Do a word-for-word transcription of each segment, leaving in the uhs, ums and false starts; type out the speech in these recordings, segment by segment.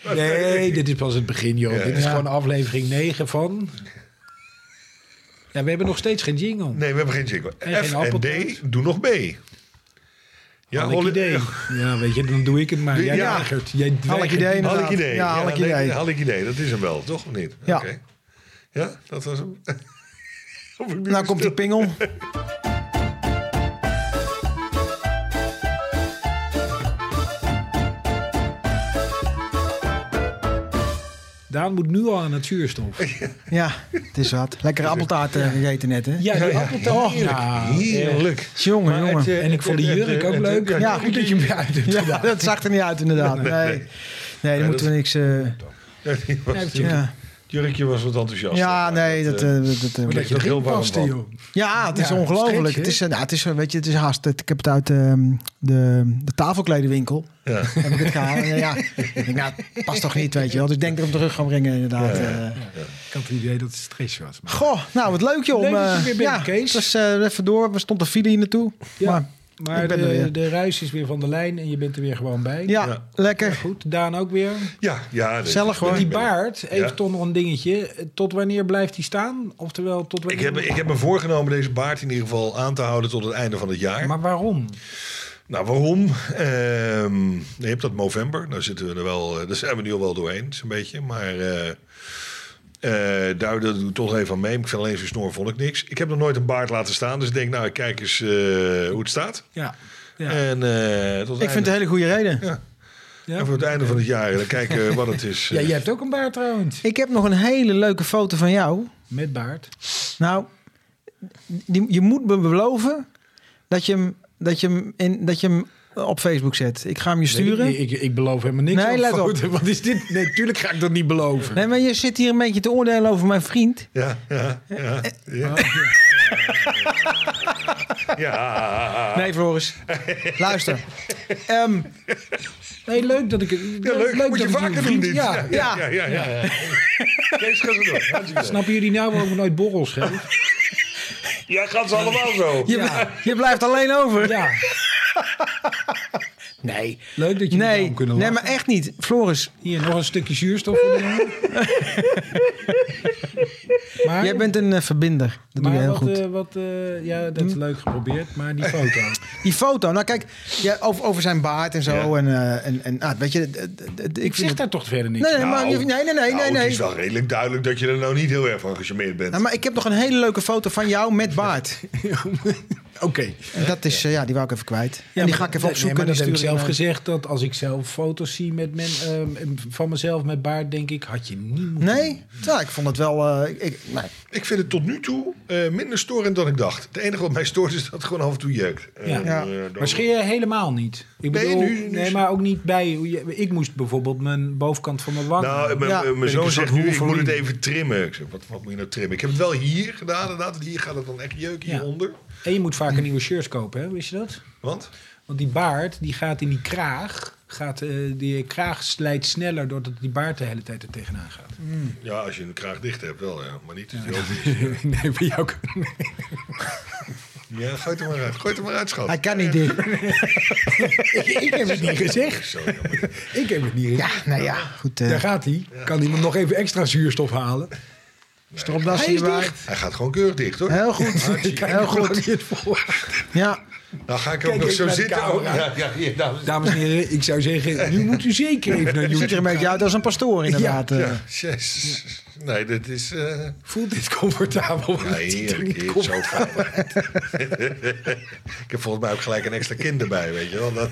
Nee, dit is pas het begin, joh. Ja, dit is ja. gewoon aflevering negen van... Ja, we hebben nog steeds geen jingle. Nee, we hebben geen jingle. En geen F en appeltaart. D, doe nog mee. Ja, Halk Holly- idee. Ja, weet je, dan doe ik het maar. Jij Ja. weigert. Jij Halk weigert idee, niet. inderdaad. Halk idee. Ja, halk nee, idee. halk idee, dat is hem wel, toch? Of niet? Ja. Oké. Ja, dat was hem. Of ik nu Nou komt die stil- pingel. Daan moet nu al aan het zuurstof. Ja, het is wat. Lekkere appeltaart uh, gegeten net, hè? Ja, die ja, appeltaart. heerlijk, Ja, heerlijk. Jongen, Maar jongen. het, eh, En ik vond die het- jurk het- ook het- leuk. ja, Ja, goed dat je hem weer uit hebt Ja, gedaan. dat zag er niet uit inderdaad. Nee, nee, daar dat moeten we niks... uh, Ja, die was- Ja, ja. Jurkje was wat enthousiast. ja, nee, dat... eh, uh, dat, dat, uh, Maar dat je dat heel erin warm paste, van. joh. ja, het is Ja, ongelooflijk. stretch, Het is, uh, nou, het is, uh, weet je, het is haast. Ik heb het uit um, de, de tafelkledenwinkel. Ja. Heb ik het gehaald. En, ja, ik denk, nou, het past toch niet, weet je wel. Dus ik denk dat ik hem terug gaan brengen, inderdaad. Ja, ja. Uh, Ik had het idee dat het stress was. Maar... Goh, nou, wat leuk, joh. Leuk om, dat je uh, weer bent, ja, Kees. het was uh, even door. We stonden file hier naartoe. Ja. Maar, Maar ik ben er de, weer. de ruis is weer van de lijn en je bent er weer gewoon bij. ja, Ja. lekker. Goed, Daan ook weer. Ja, ja. dit- Gezellig, hoor. Met die baard, even Ja. toch nog een dingetje. Tot wanneer blijft die staan? Oftewel, tot Ik wanneer... heb, ik heb me voorgenomen deze baard in ieder geval aan te houden tot het einde van het jaar. Maar waarom? Nou, waarom? Ehm, je hebt dat november. Nou zitten we er wel... eh, Daar zijn we nu al wel doorheen, zo'n beetje. Maar eh eh, daar doe ik toch even aan mee. Ik vind alleen zo'n snor vond ik niks. Ik heb nog nooit een baard laten staan. Dus ik denk, nou, ik kijk eens eh, hoe het staat. Ja. ja. En eh, tot het Ik vind het een einde, hele goede reden. ja. ja? En voor het einde van het jaar. Dan kijken wat het is. Ja, eh. jij hebt ook een baard trouwens. Ik heb nog een hele leuke foto van jou. Met baard. Nou, die, je moet me beloven dat je hem, dat je hem, in, dat je hem op Facebook zet. Ik ga hem je sturen. Nee, ik, ik, ik beloof helemaal niks. Nee, aan let op. foto. Wat is dit? Nee, tuurlijk ga ik dat niet beloven. Nee, maar je zit hier een beetje te oordelen over mijn vriend. Ja, ja, ja. Ja. ja. Nee, Floris. Luister. Ehm, Nee, leuk dat ik het... Ja, leuk. Moet dat je ik vaker een doen vriend- dit. Ja, ja, ja. ja, ja. Kees, ga zo door. Hartstikke leuk. Snappen jullie nou waarom ik nooit borrels geef? Ja, gaat ze allemaal zo. je, Ja. je blijft alleen over. Ja. Nee, leuk dat jullie Nee, daarom kunnen nee, lachen. maar echt niet. Floris, Hier, nog een stukje zuurstof voor de jongen. Maar, jij bent een eh, verbinder. Dat doe je maar heel wat, goed. eh, wat eh, ja, dat is leuk geprobeerd. Maar die foto. Die foto, nou kijk, ja, over, over zijn baard en zo. Ja. En, eh, en, en ah, weet je, d- d- d- Ik vind zeg het- daar toch verder niks Nee, nee, van. maar, Nou, nee, nee, nee, nee, Nou, nee. Het is wel redelijk duidelijk dat je er nou niet heel erg van gecharmeerd bent. Nou, maar ik heb nog een hele leuke foto van jou met baard. Oké. En dat is, eh, ja, die wou ik even kwijt. Ja, en die maar ga ik even dat- opzoeken. Nee, maar en dat die heb ik stuur zelf naar- gezegd. Dat als ik zelf foto's zie met men, eh, van mezelf met baard, denk ik, had je niet moeten Nee? Ja, ik vond het wel... eh, ik, ik- nee. Ik vind het tot nu toe eh, minder storend dan ik dacht. Het enige wat mij stoort is dat het gewoon af en toe jeukt. Ja. En, Ja. eh, dan- Maar scheer je helemaal niet? Ik Nee, bedoel, nu- nu nee, is- maar ook niet bij... Ik moest bijvoorbeeld mijn bovenkant van mijn wang... Nou, mijn Ja. mijn Ben ik zoon een zegt soort nu, ik moet het Wolverine. even trimmen. Ik zeg, wat, wat moet je nou trimmen? Ik heb het wel hier gedaan inderdaad. Hier gaat het dan echt jeuken Ja. hieronder. En je moet vaak een nieuwe shirts kopen, hè? Wist je dat? Want? Want die baard, die gaat in die kraag... Gaat, eh, die kraag slijt sneller doordat die baard de hele tijd er tegenaan gaat. Ja, als je een kraag dicht hebt wel, ja. Maar niet als die open is. Nee, bij jou kan... Ja, gooi het er maar uit. Gooi het er maar uit, schat. Hij kan niet dit. ik heb het niet gezegd. Zo, jammer. Ik heb het niet gezegd. Ja, nou ja, goed. eh Daar gaat hij. Kan iemand nog even extra zuurstof halen? stropdas Hij is hierbij. dicht. Hij gaat gewoon keurig dicht, hoor. Heel goed. Heel goed. Het voor. Ja. Nou ga ik ook Kijk nog even zo naar de zitten. camera. Oh, ja, ja, ja, nou, Dames en heren, ik zou zeggen, nu moet u zeker even naar Je ziet er YouTube een beetje gaan. uit als een pastoor, inderdaad. eh. ja, jezus. Nee, dit is... eh Voelt dit comfortabel? ja, Het ziet er heerlijk, niet heerlijk, zo comfortabel fijn. Ik heb volgens mij ook gelijk een extra kind erbij, weet je wel. Dat,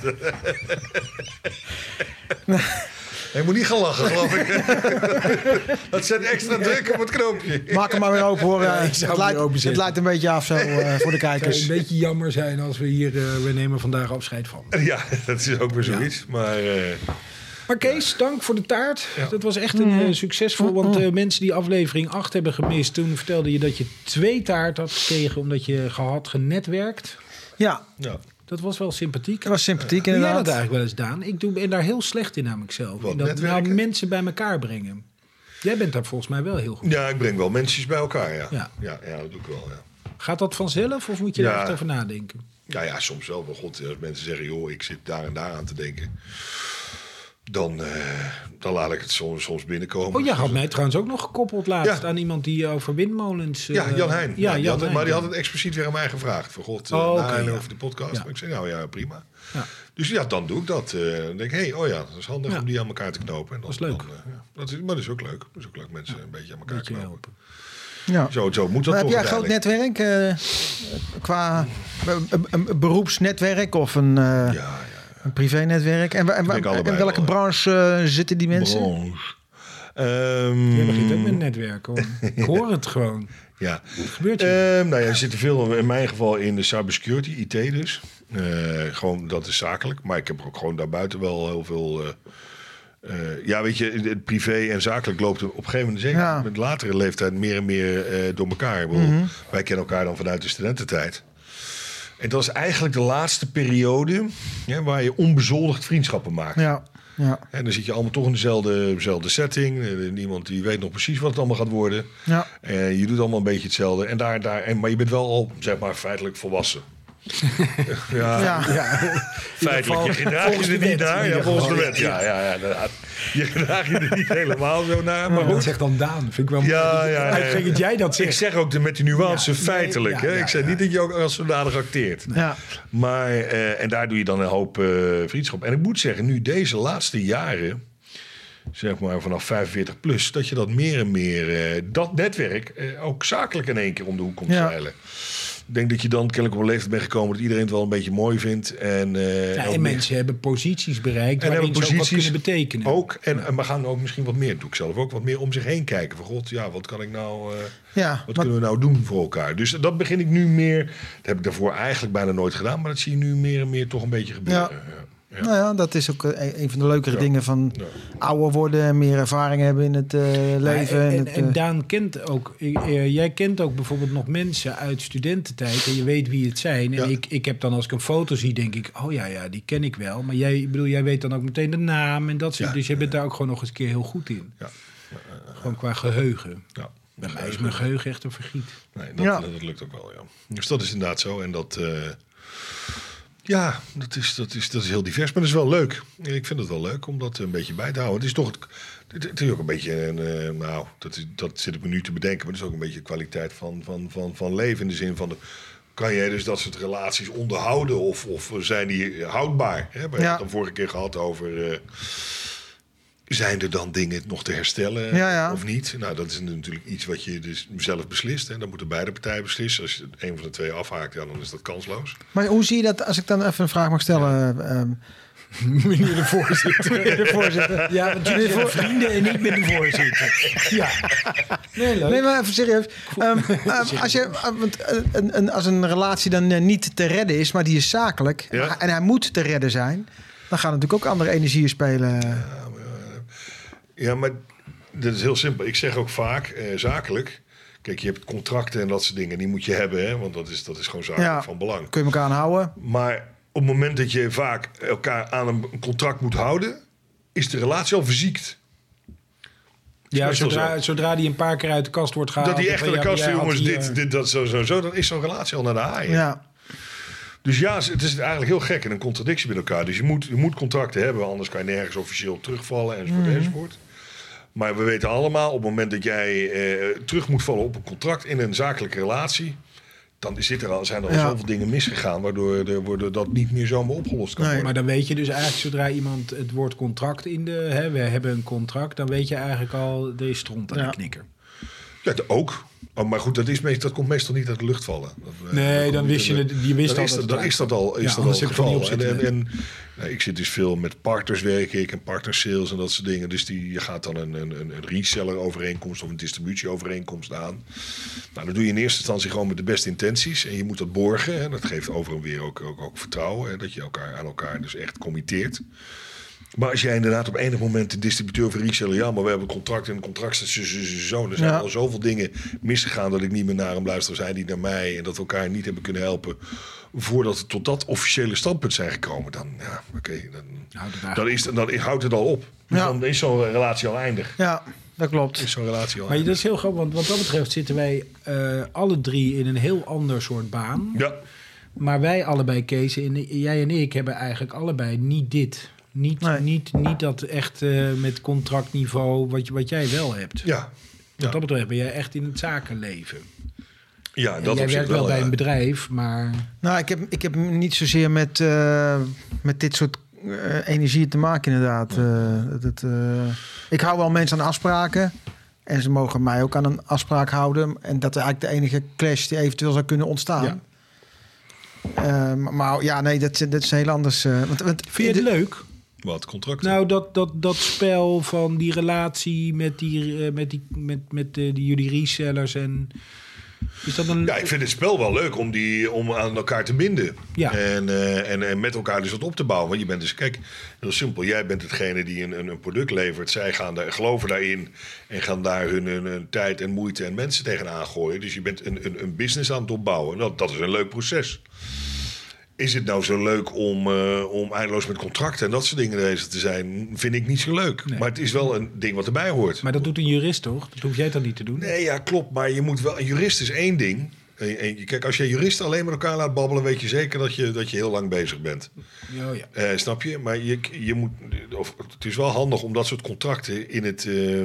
je moet niet gaan lachen, geloof ik. Dat zet extra druk op het knoopje. Maak hem maar weer open, hoor. Ja, Eh, ik zou het, hem lijkt, weer openzetten. het lijkt een beetje af zo eh, voor de Het zou kijkers. een beetje jammer zijn als we hier... eh, we nemen vandaag afscheid van. Ja, dat is ook weer zoiets. Maar uh, Maar Kees, dank voor de taart. Ja. Dat was echt een Mm. eh, succesvol. Want uh, mensen die aflevering acht hebben gemist... toen vertelde je dat je twee taart had gekregen... omdat je had genetwerkt. Ja, ja, Dat was wel sympathiek. dat was sympathiek Doe jij dat inderdaad. eigenlijk wel eens, Daan? Ik doe, ben daar heel slecht in namelijk zelf. Wat, In dat netwerken? nou, mensen bij elkaar brengen. Jij bent daar volgens mij wel heel goed. ja, ik breng wel mensen bij elkaar, ja. Ja. Ja, ja, dat doe ik wel, ja. Gaat dat vanzelf of moet je Ja. daar echt over nadenken? Ja, ja, soms wel. Maar god, als mensen zeggen, joh, ik zit daar en daar aan te denken. dan, uh, dan laat ik het soms, soms binnenkomen. Oh, jij had mij trouwens ook nog gekoppeld laatst ja. aan iemand die over windmolens... Uh, ja, Jan Heijn. Ja, ja, Jan had, Heijn. Maar die had het expliciet weer aan mij gevraagd. Voor God, uh, oh, okay, ja. over de podcast. Ja. Maar ik zei, nou ja, prima. Ja. Dus ja, dan doe ik dat. Uh, dan denk ik, hé, hey, oh ja, dat is handig ja. om die aan elkaar te knopen. En dan, dat is leuk. Dan, uh, ja, dat is, maar dat is ook leuk. Dat is ook leuk, mensen ja. een beetje aan elkaar beetje knopen. Helpen. Ja. Zo, zo moet dat maar toch heb jij een groot netwerk? Uh, qua een, een beroepsnetwerk of een, uh, ja, ja, ja. een privé-netwerk? En, en, en, en welke wel. branche uh, zitten die mensen? Branche. Um, Je begint ook met netwerk, hoor. Ik hoor het gewoon. Ja. Wat gebeurt er? Uh, nou ja, er zitten veel, in mijn geval, in de cybersecurity, I T dus. Uh, gewoon, dat is zakelijk. Maar ik heb ook gewoon daarbuiten wel heel veel... Uh, Uh, ja, weet je, het privé en zakelijk loopt op een gegeven moment... zeker ja. met latere leeftijd meer en meer uh, door elkaar. Mm-hmm. Wij kennen elkaar dan vanuit de studententijd. En dat is eigenlijk de laatste periode... Ja, waar je onbezoldigd vriendschappen maakt. Ja. Ja. En dan zit je allemaal toch in dezelfde, dezelfde setting. Uh, niemand die weet nog precies wat het allemaal gaat worden. Ja. Uh, je doet allemaal een beetje hetzelfde. En daar, daar, en, maar je bent wel al, zeg maar, feitelijk volwassen. ja, ja. ja. Feitelijk, je gedraagt je er niet naar. Ja, volgens de wet. Ja, ja, ja, ja. Je gedraagt je er niet helemaal zo naar. Maar dat zegt dan Daan. Vind ik wel ja, ja, uitgekend dat jij dat zegt. Ik zeg ook de, met die nuance ja, feitelijk. Nee, ja, hè? Ik zeg ja, niet dat je ook als zodanig acteert. Nee. Ja. Maar, uh, en daar doe je dan een hoop uh, vriendschap. En ik moet zeggen, nu deze laatste jaren... zeg maar vanaf vijfenveertig plus... dat je dat meer en meer... Uh, dat netwerk uh, ook zakelijk in één keer om de hoek komt ja. zeilen. Ik denk dat je dan kennelijk op een leeftijd bent gekomen... dat iedereen het wel een beetje mooi vindt. En, uh, ja, en mensen meer... hebben posities bereikt... en waarin posities ze ook wat kunnen betekenen. Ook, en, ja. en we gaan ook misschien wat meer... doe ik zelf ook wat meer om zich heen kijken. Van god, ja, wat kan ik nou... Uh, ja, wat maar... kunnen we nou doen voor elkaar? Dus dat begin ik nu meer... dat heb ik daarvoor eigenlijk bijna nooit gedaan... maar dat zie je nu meer en meer toch een beetje gebeuren. Ja. Ja. Ja. Nou ja, dat is ook een van de leukere ja. dingen van ja. ouder worden en meer ervaring hebben in het uh, leven. Ja, en, en, het, en Daan kent ook, uh, jij kent ook bijvoorbeeld nog mensen uit studententijd en je weet wie het zijn. En ja. ik, ik heb dan als ik een foto zie, denk ik, oh ja, ja, die ken ik wel. Maar jij, bedoel, jij weet dan ook meteen de naam en dat soort. Ja. Dus je bent daar ook gewoon nog eens een keer heel goed in. Ja. Ja, uh, uh, gewoon qua geheugen. Ja. Bij mij is mijn geheugen echt een vergiet. Nee, dat, ja. dat lukt ook wel, ja. Dus dat is inderdaad zo en dat... Uh, Ja, dat is, dat, is, dat is heel divers, maar dat is wel leuk. Ik vind het wel leuk om dat een beetje bij te houden. Het is toch, het, het is ook een beetje, een, uh, nou, dat, is, dat zit ik me nu te bedenken, maar het is ook een beetje de kwaliteit van, van, van, van leven. In de zin van, de, kan jij dus dat soort relaties onderhouden of, of zijn die houdbaar? Hè? We hebben ja. het dan vorige keer gehad over... Uh, zijn er dan dingen nog te herstellen ja, ja. of niet? Nou, dat is natuurlijk iets wat je dus zelf beslist. En dan moeten beide partijen beslissen. Als je een van de twee afhaakt, ja, dan is dat kansloos. Maar hoe zie je dat, als ik dan even een vraag mag stellen... Ja. Um, Meneer de voorzitter. de voorzitter. Ja, want jullie zijn vrienden en ik ben de voorzitter. Ja. Nee, leuk. Nee, maar even serieus. Um, um, als, je, want, een, een, als een relatie dan uh, niet te redden is, maar die is zakelijk... Ja. en hij moet te redden zijn... dan gaan natuurlijk ook andere energieën spelen... Ja. Ja, maar dat is heel simpel. Ik zeg ook vaak, eh, zakelijk... Kijk, je hebt contracten en dat soort dingen. Die moet je hebben, hè, want dat is, dat is gewoon zakelijk ja, van belang. Kun je elkaar aanhouden. Maar op het moment dat je vaak elkaar aan een contract moet houden... is de relatie al verziekt. Ja, zodra, zodra die een paar keer uit de kast wordt gehaald... Dat die echt uit de kast, jongens, hier... dit, dit, dat, zo, zo, zo... dan is zo'n relatie al naar de haaien. Ja. Dus ja, het is eigenlijk heel gek en een contradictie met elkaar. Dus je moet, je moet contracten hebben, anders kan je nergens officieel terugvallen enzovoort mm. enzovoort. Maar we weten allemaal, op het moment dat jij eh, terug moet vallen op een contract in een zakelijke relatie, dan zit er al, zijn er al ja. zoveel dingen misgegaan, waardoor, er, waardoor dat niet meer zomaar opgelost kan nee, worden. Maar dan weet je dus eigenlijk, zodra iemand het woord contract in de, hè, we hebben een contract, dan weet je eigenlijk al, er is stront aan ja. de knikker. Ja, ook. Oh, maar goed, dat, is meest, dat komt meestal niet uit de lucht vallen. Dat, nee, dat dan wist je het. Je wist dan al is dat, dat, dan is dat al, is ja, dat al het geval. En, en, en, nou, ik zit dus veel met partners werken ik en partner sales en dat soort dingen. Dus die, je gaat dan een, een, een reseller overeenkomst of een distributie overeenkomst aan. Nou, dat doe je in eerste instantie gewoon met de beste intenties. En je moet dat borgen. Hè. Dat geeft over en weer ook, ook, ook vertrouwen. Hè, dat je elkaar aan elkaar dus echt committeert. Maar als jij inderdaad op enig moment de distributeur van reseller... ja, maar we hebben een contract en een contract is zo, zo, zo. Er zijn ja. al zoveel dingen misgegaan dat ik niet meer naar hem luister. Zij die naar mij en dat we elkaar niet hebben kunnen helpen... voordat we tot dat officiële standpunt zijn gekomen. Dan, ja, oké, okay, dan, dan, is, dan houdt het al op. Dus ja. Dan is zo'n relatie al eindig. Ja, dat klopt. Is zo'n relatie al maar eindig. dat is heel grappig, want wat dat betreft zitten wij uh, alle drie in een heel ander soort baan. Ja. Maar wij allebei, Kees, en jij en ik, hebben eigenlijk allebei niet dit. Niet, Nee. niet, niet dat echt uh, met contractniveau wat, wat jij wel hebt. Ja. Wat ja. dat betreft ben jij echt in het zakenleven. Ja, En dat jij op zich werkt wel wel bij ja. een bedrijf, maar... Nou, ik heb, ik heb niet zozeer met, uh, met dit soort uh, energie te maken, inderdaad. Uh, dat, uh, ik hou wel mensen aan afspraken. En ze mogen mij ook aan een afspraak houden. En dat is eigenlijk de enige clash die eventueel zou kunnen ontstaan. Ja. Uh, maar ja, nee, dat, dat is heel anders. Uh, want, want, Vind je het de, leuk? Wat, contracten? Nou, dat, dat, dat spel van die relatie met, die, uh, met, die, met, met uh, die jullie resellers en... Is dat een... Ja, ik vind het spel wel leuk om, die, om aan elkaar te binden. Ja. En, uh, en, en met elkaar dus wat op te bouwen. Want je bent dus, kijk, heel simpel. Jij bent hetgene die een, een product levert. Zij gaan daar, geloven daarin en gaan daar hun, hun, hun tijd en moeite en mensen tegenaan gooien. Dus je bent een, een, een business aan het opbouwen. Dat, dat is een leuk proces. Is het nou zo leuk om, uh, om eindeloos met contracten en dat soort dingen bezig te zijn? Vind ik niet zo leuk. Nee. Maar het is wel een ding wat erbij hoort. Maar dat doet een jurist toch? Dat hoef jij dan niet te doen? Nee, ja, klopt. Maar je moet wel. Een jurist is één ding. En, en, kijk, als je juristen alleen met elkaar laat babbelen, weet je zeker dat je, dat je heel lang bezig bent. Oh, ja. Uh, snap je? Maar je, je moet. Of, het is wel handig om dat soort contracten in, het, uh,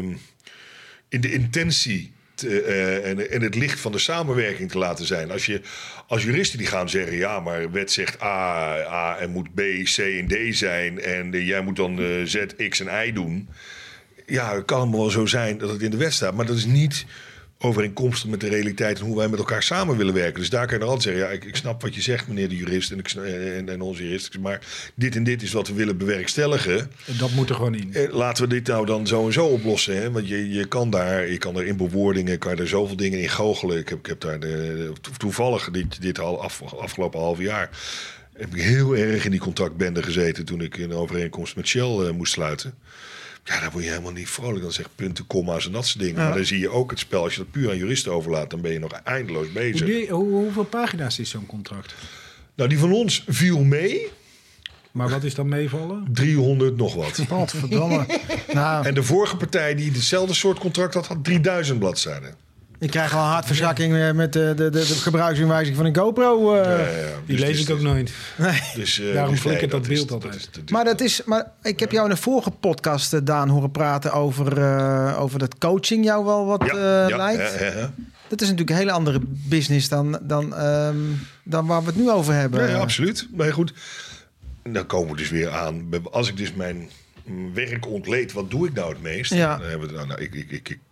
in de intentie. Uh, en, en het licht van de samenwerking te laten zijn. Als je als juristen die gaan zeggen... ja, maar wet zegt A, A en moet B, C en D zijn... en uh, jij moet dan uh, Z, X en Y doen. Ja, het kan wel zo zijn dat het in de wet staat... maar dat is niet overeenkomstig met de realiteit... en hoe wij met elkaar samen willen werken. Dus daar kan je dan altijd zeggen... ja, ik, ik snap wat je zegt, meneer de jurist en, ik, en, en onze jurist... maar dit en dit is wat we willen bewerkstelligen. En dat moet er gewoon in. Laten we dit nou dan zo en zo oplossen. Hè? Want je, je kan daar, je kan er in bewoordingen... kan je er zoveel dingen in goochelen. Ik heb, ik heb daar de, toevallig dit, dit al af, afgelopen half jaar... heb ik heel erg in die contractbende gezeten... toen ik een overeenkomst met Shell uh, moest sluiten... Ja, daar word je helemaal niet vrolijk. Dan zeg punten, komma's en dat soort dingen. Ja. Maar dan zie je ook het spel. Als je dat puur aan juristen overlaat, dan ben je nog eindeloos bezig. Hoe, die, hoe, hoeveel pagina's is zo'n contract? Nou, die van ons viel mee. Maar wat is dan meevallen? driehonderd nog wat. Wat verdomme. Nou. En de vorige partij die hetzelfde soort contract had, had drieduizend bladzijden. Ik krijg al een hartverzakking met de, de, de, de gebruiksaanwijzing van een GoPro. Uh. Ja, ja, ja. Die dus, lees dus, ik ook nooit. Nee. Dus, uh, Daarom dus, flikkert nee, dat, dat beeld is, altijd. Dat is, dat is, maar, dat is, maar ik heb jou in de vorige podcast, uh, Daan, horen praten over, uh, over dat coaching jou wel wat ja, uh, ja, lijkt. Ja, ja, ja. Dat is natuurlijk een hele andere business dan, dan, um, dan waar we het nu over hebben. Ja, ja, absoluut. Maar goed, dan komen we dus weer aan. Als ik dus mijn werk ontleed, wat doe ik nou het meest? Ja. Dan hebben we, nou, nou, ik, ik, ik, ik,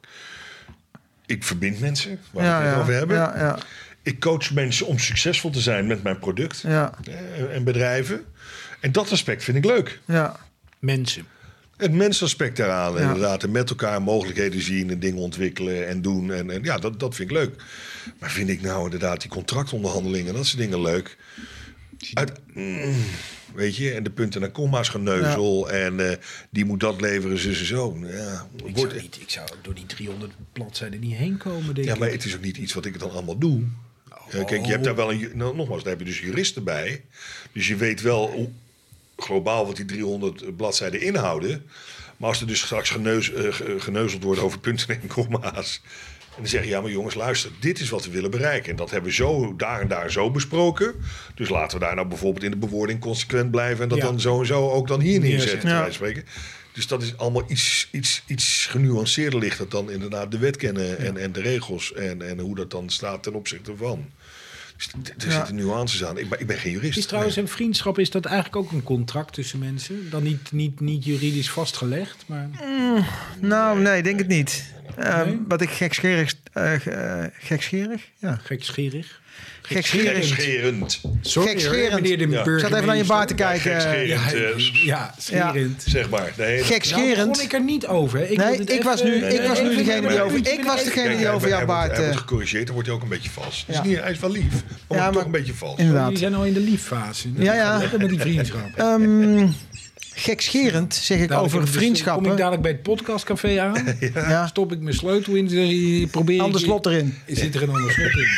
ik verbind mensen, waar ja, we het ja. over hebben. Ja, ja. Ik coach mensen om succesvol te zijn met mijn product ja. en bedrijven. En dat aspect vind ik leuk. Ja. Mensen. Het mensaspect daaraan, ja. inderdaad. En met elkaar mogelijkheden zien en dingen ontwikkelen en doen. En, en ja, dat, dat vind ik leuk. Maar vind ik nou inderdaad die contractonderhandelingen, dat soort dingen leuk. Uit, mm, weet je, en de punten en komma's geneuzel. Ja. En uh, die moet dat leveren, zus en zo. Ja, ik, wordt, zou niet, ik zou door die driehonderd bladzijden niet heen komen, denk ja, ik. maar het is ook niet iets wat ik dan allemaal doe. Oh. Uh, kijk, je hebt daar wel een... Nou, nogmaals, daar heb je dus juristen bij. Dus je weet wel hoe, globaal wat die driehonderd bladzijden inhouden. Maar als er dus straks geneus, uh, geneuzeld wordt over punten en komma's... En dan zeg je, ja, maar jongens, luister, dit is wat we willen bereiken. En dat hebben we zo, daar en daar zo besproken. Dus laten we daar nou bijvoorbeeld in de bewoording consequent blijven... en dat ja. dan zo en zo ook dan hier neerzetten, ja. spreken. Dus dat is allemaal iets, iets, iets genuanceerder ligt... dat dan inderdaad de wet kennen ja. en, en de regels... En, en hoe dat dan staat ten opzichte van. Dus er ja. zitten nuances aan. Ik ben, ik ben geen jurist. Is trouwens nee. een vriendschap, is dat eigenlijk ook een contract tussen mensen? Dan niet, niet, niet juridisch vastgelegd, maar... Mm, nou, nee, denk het niet. Uh, nee? Wat ik gekscherig... Uh, uh, gekscherig? Ja. Gekscherig? Gekscherend. Gekscherend. Sorry, Gekscherend. Meneer de ja. Ik zat even naar je baard te kijken. Ja, ja, ja, scherend. Ja. Zeg maar. Nee, gekscherend. Nou, begon ik er niet over. Ik, nee, ik even, was nu, nee, ik was nee, nu nee, degene nee, die nee, over... nee, Ik was degene Kijk, die over jouw hij baard... Wordt, hij wordt gecorrigeerd, dan wordt hij ook een beetje vals. Ja. Dus niet, hij is wel lief, maar, ja, maar toch een beetje vals. Inderdaad. Die zijn al in de lieffase. Ja, ja. Lekker met die vriendschap. Um, gekscherend zeg ik dadelijk over vriendschappen. Kom ik dadelijk bij het podcastcafé aan. ja. Ja. Stop ik mijn sleutel in. Dus probeer ander ik, slot erin. Zit er een ander slot in.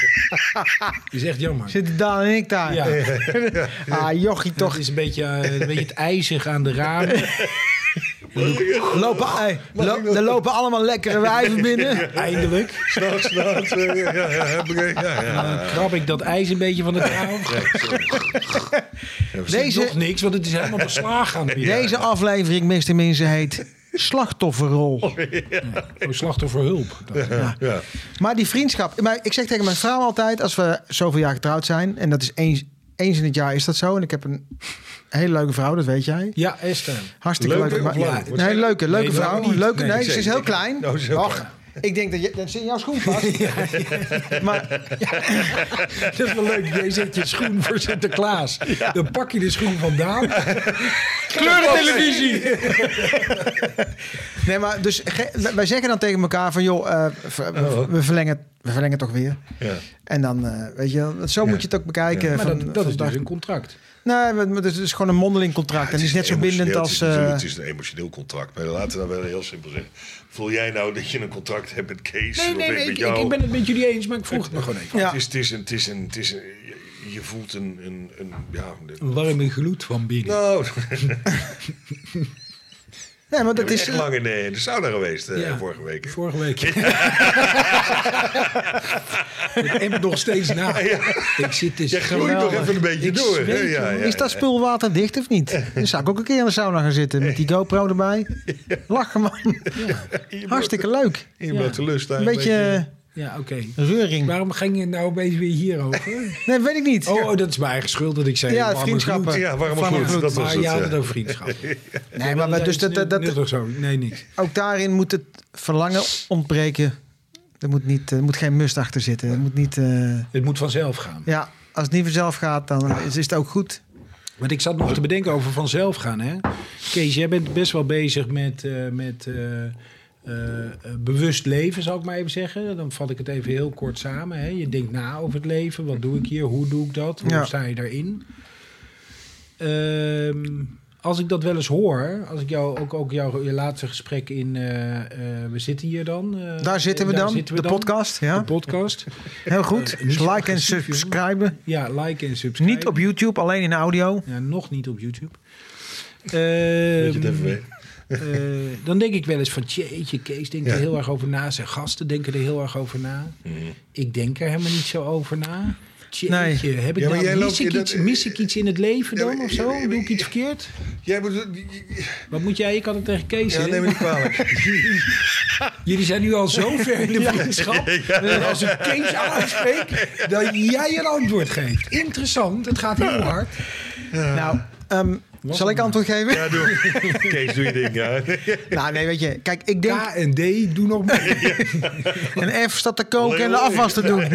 Is echt jammer. Zitten Daan en ik daar? Ja. Ah, jochie toch. Het is een beetje, uh, een beetje het ijzig aan de ramen. Er lopen, hey, lo, er lopen allemaal lekkere wijven binnen. Ja, eindelijk. S'nachts, s'nachts. Uh, ja, ja, ja, ja, ja. Dan krab ik dat ijs een beetje van de tafel. Ja, Deze nog niks, want het is helemaal beslagen aan het binnen. Deze aflevering, meeste mensen, heet slachtofferrol. Oh, ja. Oh, slachtofferhulp. Ja. Ja. Maar die vriendschap... Maar ik zeg tegen mijn vrouw altijd, als we zoveel jaar getrouwd zijn... en dat is eens, eens in het jaar is dat zo... en ik heb een hele leuke vrouw, dat weet jij. Ja, Esther. Hartstikke Leuke leuke. of Maar, lang? ja, nee, leuke, leuke Nee, vrouw. lang niet. Leuke, nee, Nee, ze is heel klein. Oh, ze is heel Och, klein. ik denk dat je dat ze in jouw schoen past. ja, ja. Maar Dat is wel leuk. Jij zet je schoen voor Sinterklaas. Ja. Dan pak je de schoen vandaan. Kleurentelevisie. nee, maar dus ge, wij zeggen dan tegen elkaar van joh, uh, we, we, we verlengen, we verlengen toch weer. Ja. En dan uh, weet je, zo Ja. moet je het ook bekijken. Ja, maar van, dat, dat van is dag. dus een contract. Nee, maar het is dus gewoon een mondeling contract. Ja, en die is net zo bindend emotioneel- als... Het is, Uh, natuurlijk- het is een emotioneel contract. Maar laten we dan wel heel simpel zeggen. Voel jij nou dat je een contract hebt met Kees? Nee, of nee, ik nee. met Ik, jou? ik ben het met jullie eens, maar ik vroeg het me gewoon even. Ja. Het is, het is een... Het is een, het is een je, je voelt een... een, een ja, Een warme gloed van binnen. nou, nee, maar dat dat is is... echt lang in de, in de sauna geweest uh, Ja. vorige week. hè? Vorige week. Ik emmer nog steeds na. Ik zit dus Jij groeit nog even een beetje Ik door. hè? zweet, Ja, ja, Is dat ja. spul waterdicht of niet? Dan zou ik ook een keer in de sauna gaan zitten met die GoPro erbij. Lachen man. Hartstikke leuk. In je Ja. blote lust. daar Een beetje Ja, oké. uh, reuring. Waarom ging je nou opeens weer hierover? Nee, weet ik niet. Oh, oh, dat is mijn eigen schuld dat ik zei. Ja, warme vriendschappen. gloed. Ja, warme Warme gloed. gloed. Dat was Maar het. je had ja. het over vriendschap. Nee, maar we- dus dat, dat, dat, Nuttig zo. Nee, niks. ook daarin moet het verlangen ontbreken. Er moet, niet, er moet geen must achter zitten. Er moet niet, uh, Het moet vanzelf gaan. ja, als het niet vanzelf gaat, dan is, is het ook goed. Want ik zat nog te bedenken over vanzelf gaan. Hè? Kees, jij bent best wel bezig met, uh, met uh, uh, bewust leven, zal ik maar even zeggen. Dan vat ik het even heel kort samen. Hè? Je denkt na over het leven. Wat doe ik hier? Hoe doe ik dat? Hoe Ja. sta je daarin? Ehm als ik dat wel eens hoor, als ik jou ook, ook jouw je laatste gesprek in... Uh, uh, we zitten hier dan. Uh, Daar zitten we daar dan, zitten we de dan. podcast. De Ja. podcast. Heel goed. Uh, niet like en agressief, jongen. subscriben. Ja, like en subscribe. Niet op YouTube, alleen in audio. Ja, nog niet op YouTube. Weet je het even Ehm, mee? Uh, dan denk ik wel eens van, jeetje, Kees denkt Ja. er heel erg over na. Zijn gasten denken er heel erg over na. Mhm. Ik denk er helemaal niet zo over na. Jeetje, Nee. heb ik Ja, maar nou, jij mis, loopt ik in dat- iets, mis ik iets in het leven Ja, dan maar- of zo? ja, maar- Doe ik iets verkeerd? Jij moet... Wat moet jij? Ik had het tegen Kees. Ja, hè? neem me niet kwalijk. Jullie zijn nu al zo ver in de vriendschap. Dat als ik Kees aanspreek, dat jij een antwoord geeft. Interessant, het gaat heel hard. Nou, um, zal ik antwoord geven? Ja, doe. Kees, doe je ding, ja. Nou, nee, weet je. Kijk, ik denk... K en D, doe nog meer. Een F staat te koken en de afwas te doen.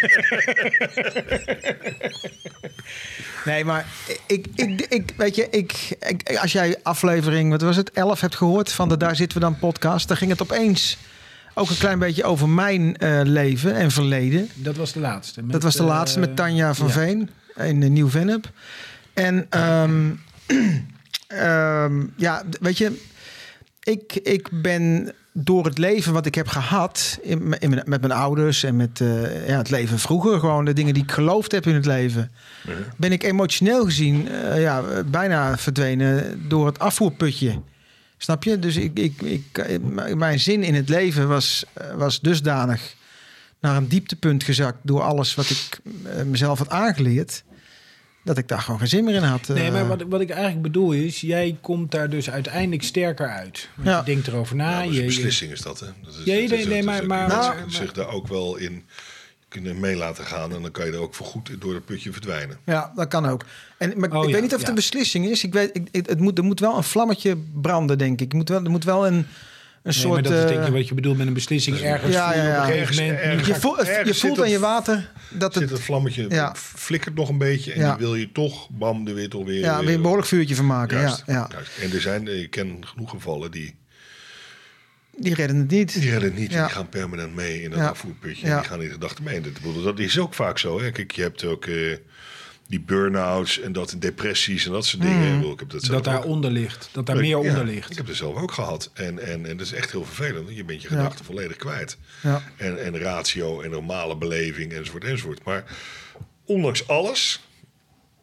Nee, maar ik, ik, ik weet je, ik, ik, als jij aflevering, wat was het, elf hebt gehoord van de Daar Zitten We Dan podcast, dan ging het opeens ook een klein beetje over mijn uh, leven en verleden. Dat was de laatste. Met, Dat was de laatste uh, met Tanja van ja. Veen in uh, Nieuw-Vennep. En um, um, ja, weet je, ik, ik ben door het leven wat ik heb gehad in, in, met mijn ouders en met uh, ja, het leven vroeger, gewoon de dingen die ik geloofd heb in het leven, Ja. ben ik emotioneel gezien uh, ja, bijna verdwenen door het afvoerputje. Snap je? Dus ik, ik, ik, mijn zin in het leven was, was dusdanig naar een dieptepunt gezakt door alles wat ik uh, mezelf had aangeleerd, dat ik daar gewoon geen zin meer in had. Nee, uh, maar wat, wat ik eigenlijk bedoel is, jij komt daar dus uiteindelijk sterker uit. Want Ja. je denkt erover na. Ja, maar dat is je, een je- beslissing is dat, hè? Dat is, Ja, dat nee, is- nee, dat maar- is- maar- dat maar- is- zich daar ook wel in kunnen mee laten gaan. En dan kan je er ook voorgoed door het putje verdwijnen. Ja, dat kan ook. En, maar Oh, ik ja, weet niet of het ja. een beslissing is. Ik weet, ik, het, het moet, er moet wel een vlammetje branden, denk ik. Er moet wel, er moet wel een, een nee, soort... maar dat is uh, denk je wat je bedoelt met een beslissing. Ergens Ja, voel je ja, ja. op een gegeven Ergens- moment... ergens- nu je, ga ik- voelt, je ergens voelt zit aan je het- water dat Zit het... het vlammetje, Ja. flikkert nog een beetje. En Ja. dan wil je toch, bam, er weer toch weer... Ja, weer een behoorlijk vuurtje van maken. Juist, Ja, ja. juist. En er zijn, ik ken genoeg gevallen die... Die redden het niet. Die redden het niet, Ja. die gaan permanent mee in een Ja. afvoerputje. Ja. En die gaan in de gedachten mee. En dat, bedoel, dat is ook vaak zo. Hè. Kijk, je hebt ook uh, die burn-outs en dat depressies en dat soort dingen. Ik bedoel, ik heb dat zelf dat daar ook. onder ligt. Dat daar Maar meer ik- ja, onder ligt. Ik heb het zelf ook gehad. En, en, en dat is echt heel vervelend. Want je bent je Ja. gedachten volledig kwijt. Ja. En, en ratio en normale beleving enzovoort enzovoort. Maar ondanks alles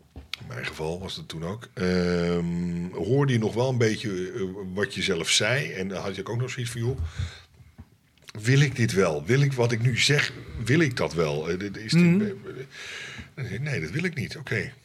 mijn geval was dat toen ook, um, hoorde je nog wel een beetje uh, wat je zelf zei. En dan had je ook nog zoiets van, joh, wil ik dit wel? Wil ik wat ik nu zeg, wil ik dat wel? Uh, is mm. dit, uh, nee, dat wil ik niet. Oké. Okay.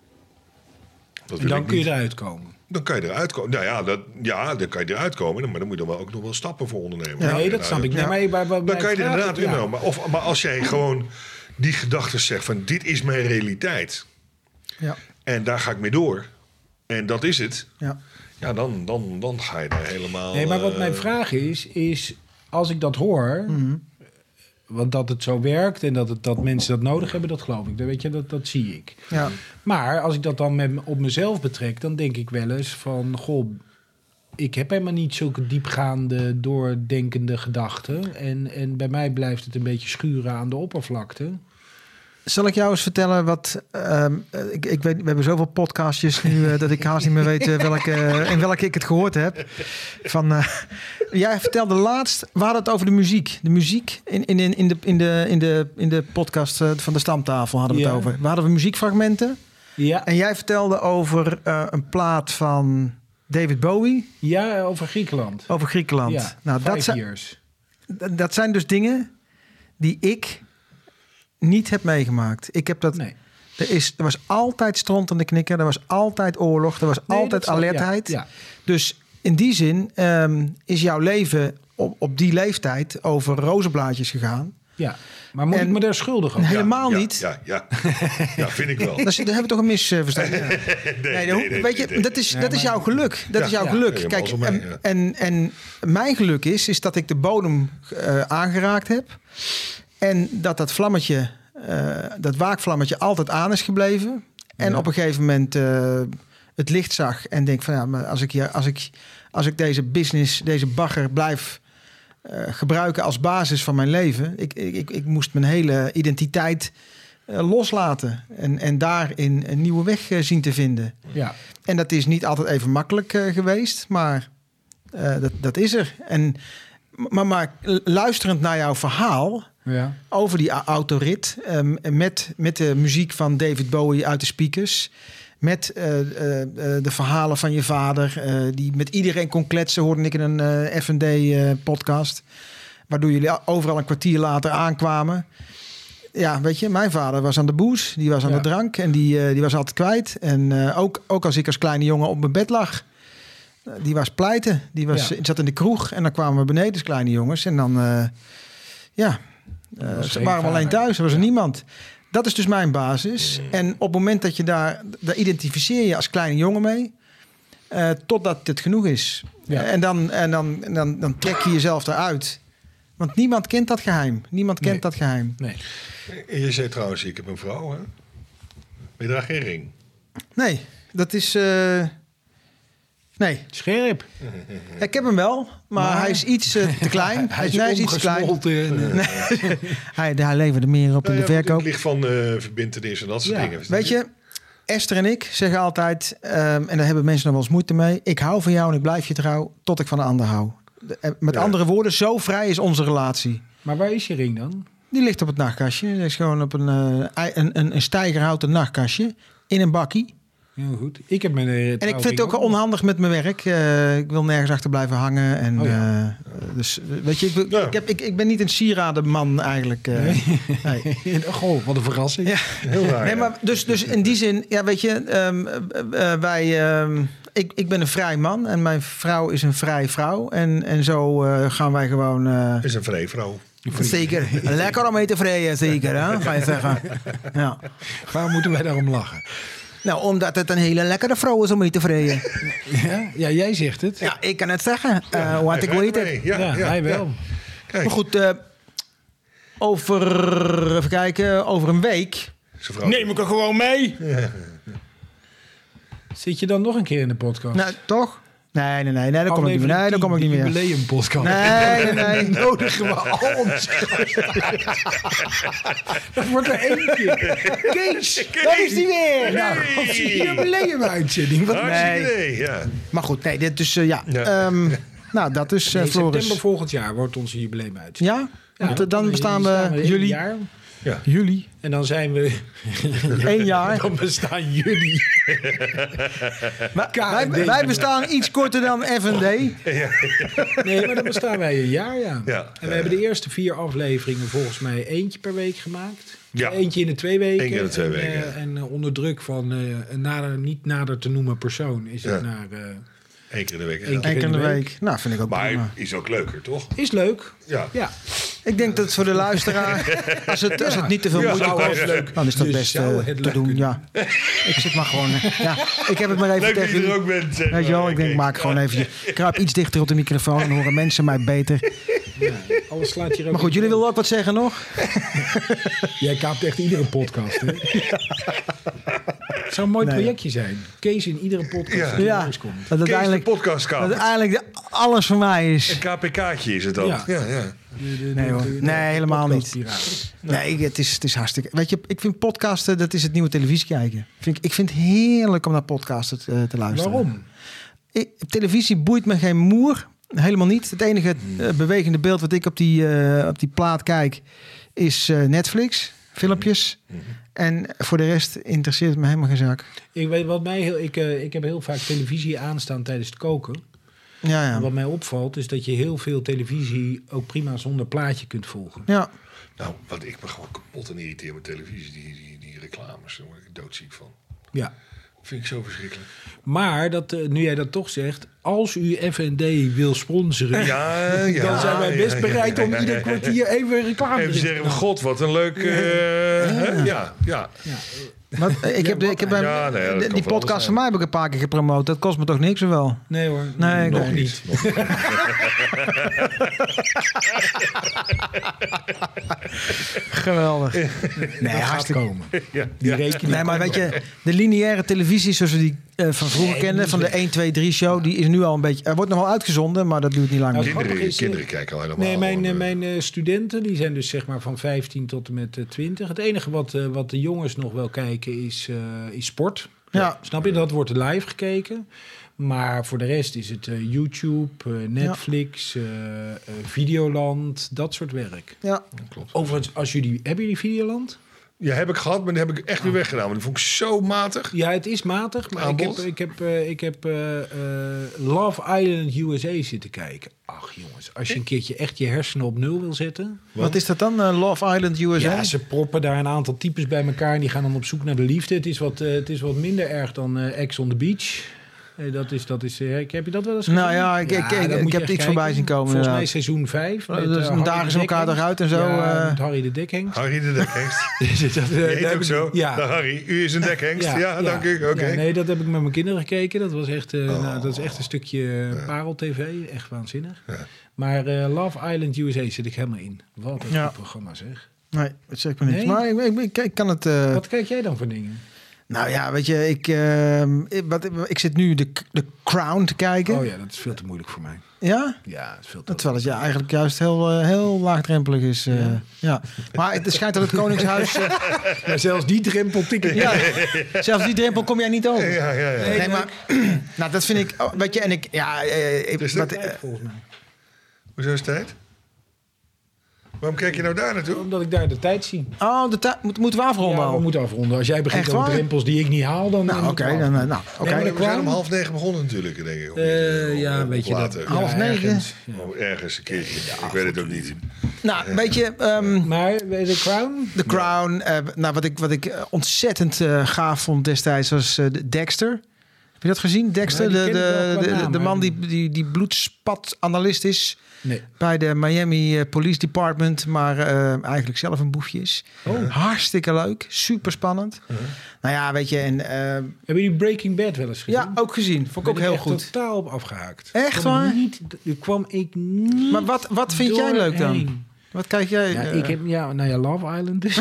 En dan kun je eruit komen. Dan kan je eruit komen. Nou ja, dat, ja, dan kan je eruit komen. Maar dan moet je dan wel ook nog wel stappen voor ondernemen. Ja, nee, dat snap ik. Ja. Nee, maar, maar, dan kan je er inderdaad in. Ja. Maar, of, maar als jij gewoon die gedachten zegt van dit is mijn realiteit. Ja. En daar ga ik mee door. En dat is het. Ja, ja dan, dan, dan ga je er helemaal... Nee, maar wat uh, mijn vraag is, is als ik dat hoor... Mm-hmm. Want dat het zo werkt en dat, het, dat mensen dat nodig hebben, dat geloof ik. Dat, weet je, dat, dat zie ik. Ja. Maar als ik dat dan met, op mezelf betrek, dan denk ik wel eens van... Goh, ik heb helemaal niet zulke diepgaande, doordenkende gedachten. En, en bij mij blijft het een beetje schuren aan de oppervlakte. Zal ik jou eens vertellen wat... Um, ik, ik weet, we hebben zoveel podcastjes nu uh, dat ik haast niet meer weet uh, welke, uh, in welke ik het gehoord heb. Van, uh, jij vertelde laatst, we hadden het over de muziek. De muziek in, in, in, de, in, de, in, de, in de podcast uh, van de Stamtafel hadden we ja. het over. We hadden we muziekfragmenten. Ja. En jij vertelde over uh, een plaat van David Bowie. Ja, over Griekenland. Over Griekenland. Ja, nou, dat, zijn, dat zijn dus dingen die ik... niet heb meegemaakt. Ik heb dat. Nee. Er, is, er was altijd stront aan de knikker. Er was altijd oorlog. Er was nee, altijd alertheid. Ja, ja. Dus in die zin um, is jouw leven op, op die leeftijd over rozenblaadjes gegaan. Ja, maar moet en, ik me daar schuldig aan? Helemaal ja, niet. Ja, ja, ja. ja, vind ik wel. Dat, dat hebben we toch een misverstand. Ja. nee, nee, nee, nee, weet je, nee, nee. dat is, nee, dat is jouw geluk. Dat ja, is jouw ja. geluk. Ja, Kijk, mee, en, ja. en, en mijn geluk is, is dat ik de bodem uh, aangeraakt heb. En dat dat vlammetje, uh, dat waakvlammetje altijd aan is gebleven. En ja. op een gegeven moment uh, het licht zag en denk van ja, maar als ik hier, als ik, als ik deze business, deze bagger blijf uh, gebruiken als basis van mijn leven, ik, ik, ik moest mijn hele identiteit uh, loslaten en, en daarin een nieuwe weg uh, zien te vinden. Ja. En dat is niet altijd even makkelijk uh, geweest, maar uh, dat, dat is er. En maar, maar luisterend naar jouw verhaal. Ja. Over die autorit, um, met, met de muziek van David Bowie uit de speakers. Met uh, uh, de verhalen van je vader, uh, die met iedereen kon kletsen, hoorde ik in een uh, F en D-podcast. Uh, waardoor jullie overal een kwartier later aankwamen. Ja, weet je, mijn vader was aan de boes, die was aan ja. de drank en die, uh, die was altijd kwijt. En uh, ook, ook als ik als kleine jongen op mijn bed lag, uh, die was pleiten. Die was, ja. zat in de kroeg en dan kwamen we beneden als kleine jongens. En dan, uh, ja... Uh, ze waren alleen thuis, er was er ja. niemand. Dat is dus mijn basis. Mm. En op het moment dat je daar... daar identificeer je als kleine jongen mee... Uh, totdat het genoeg is. Ja. Uh, en dan, en dan, en dan, dan trek je jezelf eruit. Want niemand kent dat geheim. Niemand kent nee. dat geheim. Nee. En je zei trouwens, ik heb een vrouw, hè? Maar je draagt geen ring. Nee, dat is... Uh, Nee. Scherp. Ik heb hem wel, maar, maar... hij is iets uh, te klein. hij is, nee, hij is iets te klein. En, nee. hij, hij leverde meer op nou, in de ja, verkoop. Het ligt van uh, verbintenis en dat soort ja. dingen. Weet je, Esther en ik zeggen altijd... Um, en daar hebben mensen nog wel eens moeite mee... ik hou van jou en ik blijf je trouw tot ik van de ander hou. De, met ja. andere woorden, zo vrij is onze relatie. Maar waar is je ring dan? Die ligt op het nachtkastje. Dat is gewoon op een, uh, een, een, een steigerhouten nachtkastje in een bakkie. Heel goed. Ik heb mijn uh, en ik vind het ook onhandig met mijn werk. Uh, ik wil nergens achter blijven hangen. En, oh ja. uh, dus weet je, ik, ja. ik, heb, ik, ik ben niet een sieradenman eigenlijk. Uh, nee. nee. Goh, wat een verrassing. Ja. Heel raar. Nee, maar dus, dus in die zin, ja, weet je, um, uh, wij. Um, ik, ik ben een vrij man en mijn vrouw is een vrij vrouw. En, en zo uh, gaan wij gewoon. Uh, is een vrij vrouw. Zeker. Lekker om mee te vrijen, zeker, hè? Ga je zeggen. Ja. Waar moeten wij daarom lachen? Nou, omdat het een hele lekkere vrouw is om mee te vrijen. Ja, ja, jij zegt het. Ja, ik kan het zeggen. Ja, uh, want ik weet het. Ja, ja, ja, hij wel. Ja. Maar goed, uh, over, even kijken, over een week neem ik er gewoon mee. Ja. Zit je dan nog een keer in de podcast? Nou, toch? Nee, nee, nee, nee, dan kom ik niet meer. Nee, dan kom ik niet meer. Jubileum podcast. Nee, nee, nee. Nodigen we al ons. Dat wordt er eentje. Kees, dat is die weer. Nou, hey. Jubileum uitzending. Wat nee. nee, ja. Maar goed, nee, dit is uh, ja. ja. Um, nou, dat is uh, nee, Floris. September volgend jaar wordt onze jubileum uitzending. Ja? Ja, want, dan bestaan we, we jullie. Jaar. Ja. Juli. En dan zijn we... Eén jaar. Dan bestaan jullie. Wij, wij bestaan iets korter dan F en D. Nee, maar dan bestaan wij een jaar, ja. Ja, En we ja, hebben ja. de eerste vier afleveringen volgens mij eentje per week gemaakt. Ja. Eentje in de twee weken. Eén keer in de twee en, weken, uh, ja. En uh, onder druk van uh, een nader, niet nader te noemen persoon is het Ja. naar... Uh, Eén keer in de week. Eén Ja. keer. Eén keer in de week. week. Nou, vind ik ook Maar prima. is ook leuker, toch? is leuk. Ja. Ja. Ik denk dat het voor de luisteraar, als het, als het niet te veel Ja, moeite zou kost, het leuk. dan is dat Je best zou eh, het te leuk doen. kunnen. Ja. Ik zit maar gewoon... eh, ja, ik heb het maar even Leuk dat tegen je er jullie. ook bent. zeg Weet je wel, maar. ik denk, Oké. maak gewoon even... Kruip iets dichter op de microfoon, dan horen mensen mij beter. Ja, alles slaat hier ook Maar goed, in. jullie wilden ook wat zeggen nog? Jij kaapt echt iedere podcast, hè? Het zou een mooi Nee. projectje zijn. Kees in iedere podcast Ja. die Ja, langskomt. dat Kees, de uiteindelijk, podcastkamer. dat uiteindelijk de- alles voor mij is. Een K P K'tje is het dan. Ja. Ja, ja. De- de- Nee, de- hoor. de- de- Nee, de helemaal niet. podcastpiraten. Nee, het is, het is hartstikke... Weet je, ik vind podcasten, dat is het nieuwe televisie kijken. Vind ik, ik vind het heerlijk om naar podcasten te, te luisteren. Waarom? Ik, televisie boeit me geen moer. Helemaal niet. Het enige uh, bewegende beeld wat ik op die, uh, op die plaat kijk is uh, Netflix. Filmpjes. Mhm. En voor de rest interesseert het me helemaal geen zak. Ik weet wat mij heel. Ik, uh, ik heb heel vaak televisie aanstaan tijdens het koken. Ja, En ja. wat mij opvalt is dat je heel veel televisie ook prima zonder plaatje kunt volgen. Ja. Nou, wat ik me gewoon kapot en irriteer met televisie. Die, die, die reclames, daar word ik doodziek van. Ja. Vind ik zo verschrikkelijk. Maar dat, uh, nu jij dat toch zegt, als u F en D wil sponsoren, Ja, ja. dan zijn wij best ja, bereid ja, om ja, ieder ja. kwartier even reclame Even te zeggen, doen. god, wat een leuk... uh, hè? Ja, ja. Ja. Maar, uh, ik heb, de, ik heb hem- Ja, nee, dat de- kan die van alles podcast zijn. van mij heb ik een paar keer gepromoot. Dat kost me toch niks, of wel? Nee hoor, Nee, nog nee. niet. Nog niet. Geweldig. Nee, Dat gaat hartstikke... komen. Ja, Die ja. rekening. Nee, maar weet je, de lineaire televisie zoals we die uh, van vroeger Nee, kenden, die van de is één, twee, drie show, die is nu al een beetje... Er wordt nog wel uitgezonden, maar dat duurt niet lang. Nou, meer. grappig Kinderen, is, uh, kinderen kijken al helemaal. Nee, mijn, gewoon, eh, uh, mijn uh, studenten, die zijn dus zeg maar van vijftien tot en met uh, twintig. Het enige wat, uh, wat de jongens nog wel kijken is, uh, is sport. Ja. Snap je? Dat wordt live gekeken. Maar voor de rest is het uh, YouTube, uh, Netflix, uh, uh, Videoland, dat soort werk. Ja. Klopt. Overigens, als jullie, hebben jullie Videoland? Ja, heb ik gehad, maar die heb ik echt weer weggedaan. Want die vond ik zo matig. Ja, het is matig, maar ik heb, Aanbod? ik heb, uh, ik heb uh, uh, Love Island U S A zitten kijken. Ach jongens, als je een keertje echt je hersenen op nul wil zetten. Wat is dat dan? Uh, Love Island U S A? Ja, ze proppen daar een aantal types bij elkaar en die gaan dan op zoek naar de liefde. Het is wat, uh, het is wat minder erg dan uh, Ex on the Beach. Uh, dat is, dat is, uh, heb je dat wel eens gezien? Nou ja, ik- ik- ik- dat ik moet je heb echt iets kijken. voorbij zien komen, Volgens mij inderdaad. seizoen vijf. Oh, met, dus uh, dan Harry dagen de ze elkaar Dekhengst. eruit en zo, Ja, uh, met Harry de Dekhengst. Harry de dekhengst. Dus dat, uh, Je daar heet heb ook ik- zo? Ja. Nou, Harry, u is een dekhengst. Ja, dank u. Oké. Ja, nee, dat heb ik met mijn kinderen gekeken. Dat was echt, uh, Oh. nou, dat is echt een stukje uh, parel-tv. Echt waanzinnig. Ja. Maar uh, Love Island U S A zit ik helemaal in. Wat een Ja. goed programma zeg. Nee, dat zegt me niks. Nee? Maar ik, ik, ik, ik kan het... uh, Wat kijk jij dan voor dingen? Nou ja, weet je, ik, uh, ik, wat, ik zit nu de, de Crown te kijken. Oh ja, dat is veel te moeilijk voor mij. Ja? Ja, dat is veel te Terwijl het ja, eigenlijk juist heel, uh, heel laagdrempelig is. Uh, ja. ja. Maar het schijnt dat het Koningshuis... Uh, Maar zelfs die drempel tik ik. ja, zelfs die drempel kom jij niet over. Ja, ja, ja. Nee, maar nou, dat vind ik... Oh, weet je, en ik... Ja, uh, ik, Dus wat, dat- uh, Volgens mij. Hoezo is het tijd? Waarom kijk je nou daar naartoe? Omdat ik daar de tijd zie. oh, de ta- moet, moeten we afronden Ja, al? we moeten afronden. Als jij begint Echt over waar? drempels die ik niet haal, dan... Nou, dan oké. moeten we dan, uh, af. nou, oké. Nee, maar We de zijn Crown? om half negen begonnen natuurlijk, denk ik. Of niet? Eh, Of- ja, of weet je dat. later. Half ja, negen? ergens. Ja. Oh, ergens een keertje. ik weet het ook niet. Nou, weet je... Um, Maar de Crown? The Crown, eh, nou, wat ik, wat ik eh, ontzettend eh, gaaf vond destijds was eh, de Dexter. Heb je dat gezien? Dexter, Nou, die de, ken ik wel de, qua de, naam, de man maar- die, die, die bloedspat-analyst is Nee. bij de Miami eh, Police Department, maar eh, eigenlijk zelf een boefje is. Oh. Hartstikke leuk, super spannend. Nou ja, weet je, en uh, Hebben jullie Breaking Bad wel eens gezien? ja, ook gezien. Vond ik ook Ben heel echt goed. totaal op afgehaakt. Echt Kwam waar? Niet, er kwam ik niet. Maar wat, wat vind jij leuk dan? doorheen. Wat kijk jij? Ja, eh, ik heb, ja, nou ja, Love Island dus.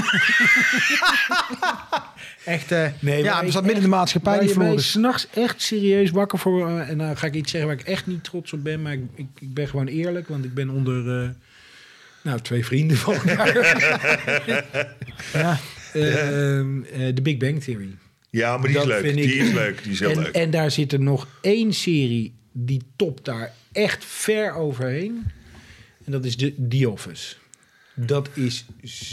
echt, uh, Nee, ja, waar er ik zat midden in de echt- maatschappij waar die je mij voor is. 's nachts echt serieus wakker voor... Uh, en dan ga ik iets zeggen waar ik echt niet trots op ben. Maar ik, ik, ik ben gewoon eerlijk, want ik ben onder... Uh, nou, twee vrienden van elkaar. Ja. Uh, uh, de Big Bang Theory. Ja, maar die is Dat leuk. vind ik- Die is leuk. Die is heel En, leuk. en daar zit er nog één serie die topt daar echt ver overheen. En dat is de The Office. Dat is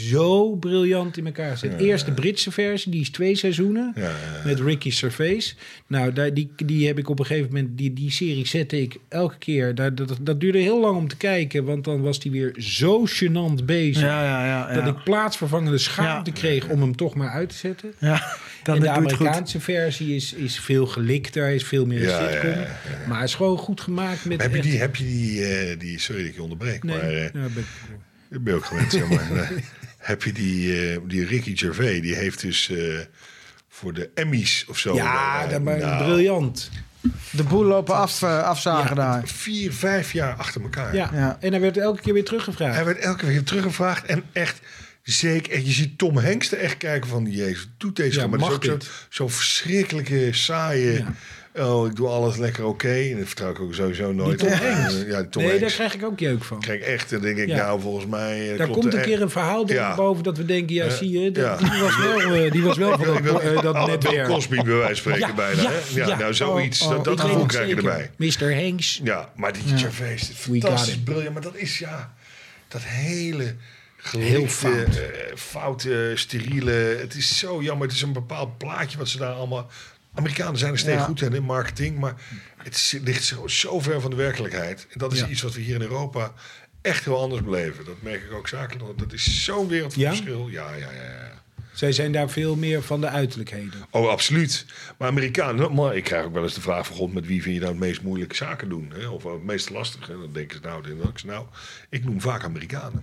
zo briljant in elkaar gezet. Ja, Eerst de ja. Britse versie, die is twee seizoenen. Ja, ja, ja. Met Ricky Gervais. Nou, daar, die, die heb ik op een gegeven moment... Die, die serie zette ik elke keer... Daar, dat, dat duurde heel lang om te kijken. Want dan was die weer zo gênant bezig... Ja, ja, ja, ja. dat ik plaatsvervangende schaamte Ja. kreeg... om hem toch maar uit te zetten. Ja, dan en de doe je het goed. Amerikaanse versie is, is veel gelikter. Is veel meer een Ja, sitcom. ja, ja, ja. Maar is gewoon goed gemaakt met... Maar heb je echt- die, heb je die, eh, die... Sorry dat ik je onderbreek, Nee, maar... eh, ja, ben- ik ben ook gewend, zeg maar. Nee. Heb je die, eh, die Ricky Gervais, die heeft dus eh, voor de Emmys of zo... ja, eh, dat maar nou, briljant. De boel lopen af, uh, afzagen Ja. daar. Vier, vijf jaar achter elkaar. Ja. Ja. En hij werd elke keer weer teruggevraagd. Hij werd elke keer teruggevraagd en echt zeker. En je ziet Tom Hanks er echt kijken van, jezus, doet deze Ja, gewoon. Maar dat is mag ook zo- dit? zo'n verschrikkelijke, saaie... Ja. Oh, ik doe alles lekker oké. En dat vertrouw ik ook sowieso nooit. Tom Eh, Hanks? Ja, die Tom nee, daar Hanks. krijg ik ook jeuk van. Kijk, echt, dan denk ik, Ja. nou, volgens mij... eh, Daar klopt komt een er keer echt- een verhaal door Ja. boven dat we denken, ja, Ja. zie je, dat, Ja. die was wel, eh, die was wel van Ik wil- dat, eh, dat Alle Bill netwerk. Cosby bij wijze van spreken Ja, bijna. ja, hè? Ja, ja. nou, zoiets. Oh, oh, dat dat ik gevoel weet krijg je het erbij. zeker. mister Hanks. Ja, maar die Ja. Gervais, het is We got fantastisch it. briljant. Maar dat is, ja, dat hele... Heel Heel fout. fout. Uh, foute, steriele. Het is zo jammer. Het is een bepaald plaatje wat ze daar allemaal... Amerikanen zijn er steeds Ja. goed in, in marketing. Maar het is- ligt zo, zo ver van de werkelijkheid. En dat is Ja. iets wat we hier in Europa echt heel anders beleven. Dat merk ik ook zakelijk. Want dat is zo'n wereld van Ja? verschil. Ja, ja, ja, ja. Zij zijn daar veel meer van de uiterlijkheden. Oh, absoluut. Maar Amerikanen, maar ik krijg ook wel eens de vraag van God, met wie vind je nou het meest moeilijke zaken doen? Hè? Of het meest lastige? Dan denken ze nou, dan ik, nou, ik noem vaak Amerikanen.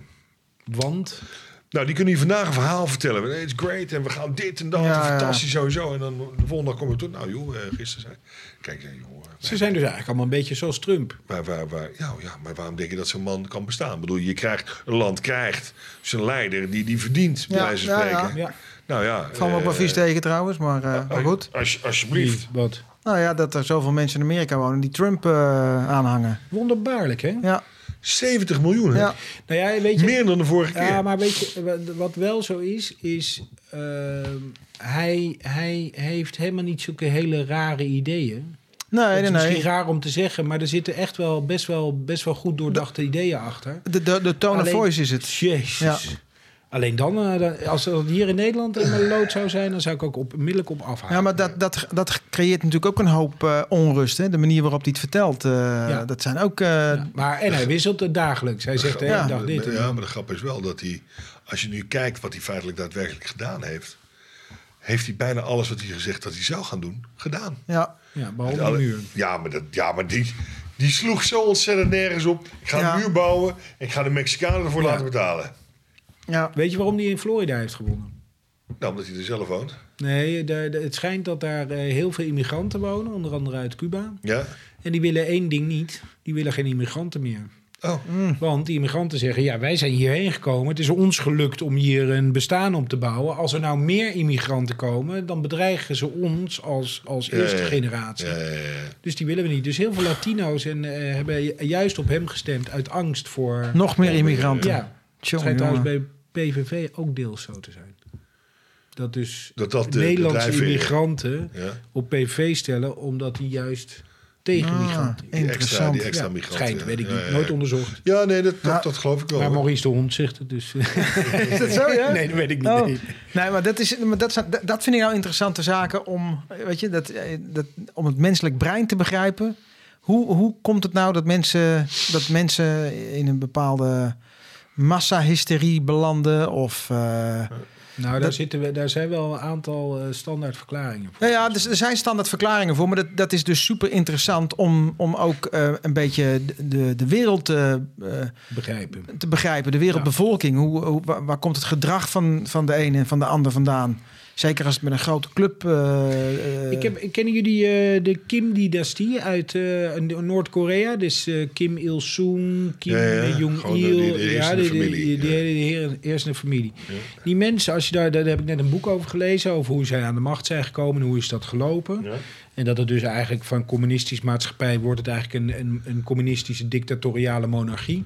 Want, Nou, die kunnen je vandaag een verhaal vertellen. Nee, it's great en we gaan dit en dat. Ja, en ja. fantastisch sowieso. En dan de volgende dag komen we toe. Nou joh, eh, gisteren zei... Kijk, ja, joh. ze zijn dus eigenlijk allemaal een beetje zoals Trump. Waar, waar, waar, ja, ja, maar waarom denk je dat zo'n man kan bestaan? Ik bedoel, je krijgt, een land krijgt zijn leider die die verdient, bij Ja, wijze van ja, spreken. ja. Ja, Nou ja. Van me op eh, een vies tegen trouwens, maar, uh, maar goed. Als, alsjeblieft. wie, wat. Nou ja, dat er zoveel mensen in Amerika wonen die Trump uh, aanhangen. Wonderbaarlijk, hè? Ja, zeventig miljoen, hè? ja. Nou ja, weet je... Meer dan de vorige keer. Ja, maar weet je, wat- wat wel zo is, is... uh, hij, hij heeft helemaal niet zulke hele rare ideeën. Nee, Het nee, is misschien nee. raar om te zeggen, maar er zitten echt wel best wel, best wel goed doordachte ideeën achter. De, de, de tone of Alleen- voice is het. Jezus. Ja. Alleen dan, uh, dan- als het hier in Nederland in een lood zou zijn, dan zou ik ook op, onmiddellijk op afhaken. Ja, maar dat, dat, dat creëert natuurlijk ook een hoop uh, onrust. Hè? De manier waarop hij het vertelt. Uh, Ja. Dat zijn ook... Uh, Ja, maar, en hij wisselt het dagelijks. Hij zegt de hele Ja. dag dit. en Ja, dan- maar de grap is wel dat hij, als je nu kijkt wat hij feitelijk daadwerkelijk gedaan heeft, heeft hij bijna alles wat hij gezegd dat hij zou gaan doen, gedaan. ja. Ja, behalve de Alle- muur. Ja, maar, dat, ja, maar die, die sloeg zo ontzettend nergens op. Ik ga Ja. een muur bouwen en ik ga de Mexicanen ervoor Ja. laten betalen. Ja. Weet je waarom hij in Florida heeft gewonnen? Nou, omdat hij er zelf woont. Nee, de, de- het schijnt dat daar eh, heel veel immigranten wonen, onder andere uit Cuba. Ja? En die willen één ding niet. Die willen geen immigranten meer. Oh, Want die immigranten zeggen, ja, wij zijn hierheen gekomen. Het is ons gelukt om hier een bestaan op te bouwen. Als er nou meer immigranten komen, dan bedreigen ze ons als, als Ja, eerste ja. generatie. ja, ja, ja. Dus die willen we niet. Dus heel veel Latino's en, eh, hebben ju- juist op hem gestemd uit angst voor... Nog meer immigranten. Ja, het Tjonge, schijnt trouwens jongen. bij P V V ook deels zo te zijn. Dat dus Dat dat de- de Nederlandse drijfveer- immigranten Ja. op P V V stellen, omdat die juist tegen Ah, migranten... Die extra, Interessant. die extra Ja, migranten. schijnt, weet ik Ja, niet. ja, ja. Nooit onderzocht. Ja, nee, dat, dat, Ja. dat geloof ik wel. Maar hoor. Maurice de Hond zegt het dus. Is dat zo, ja? Nee, dat weet ik niet. Oh. Nee. Nee, maar dat, is, maar dat, zijn- dat, dat vind ik nou interessante zaken om, weet je, dat, eh, dat, om het menselijk brein te begrijpen. Hoe, hoe komt het nou dat mensen, dat mensen in een bepaalde massahysterie belanden? Of, uh, Nou, daar, Dat- zitten we, daar zijn wel een aantal uh, standaard verklaringen voor. ja, ja, dus er zijn standaard verklaringen voor, maar dat, dat is dus super interessant om, om ook uh, een beetje de, de, de wereld te, uh, Begrijpen. te begrijpen, de wereldbevolking. Hoe, hoe, waar, waar komt het gedrag van, van de ene en van de ander vandaan? Zeker als het met een grote club... Uh, uh, Ik heb, kennen jullie uh, de Kim-dynastie uit uh, Noord-Korea? Dus uh, Kim Il-sung, Kim Ja, ja. Gewoon Jong-il. de- de heersende de, de, familie. de, Ja. de, de heer- heersende familie. Ja. Die mensen, als je daar, daar heb ik net een boek over gelezen... over hoe zij aan de macht zijn gekomen en hoe is dat gelopen. Ja. En dat het dus eigenlijk van communistisch maatschappij... wordt het eigenlijk een, een, een communistische dictatoriale monarchie.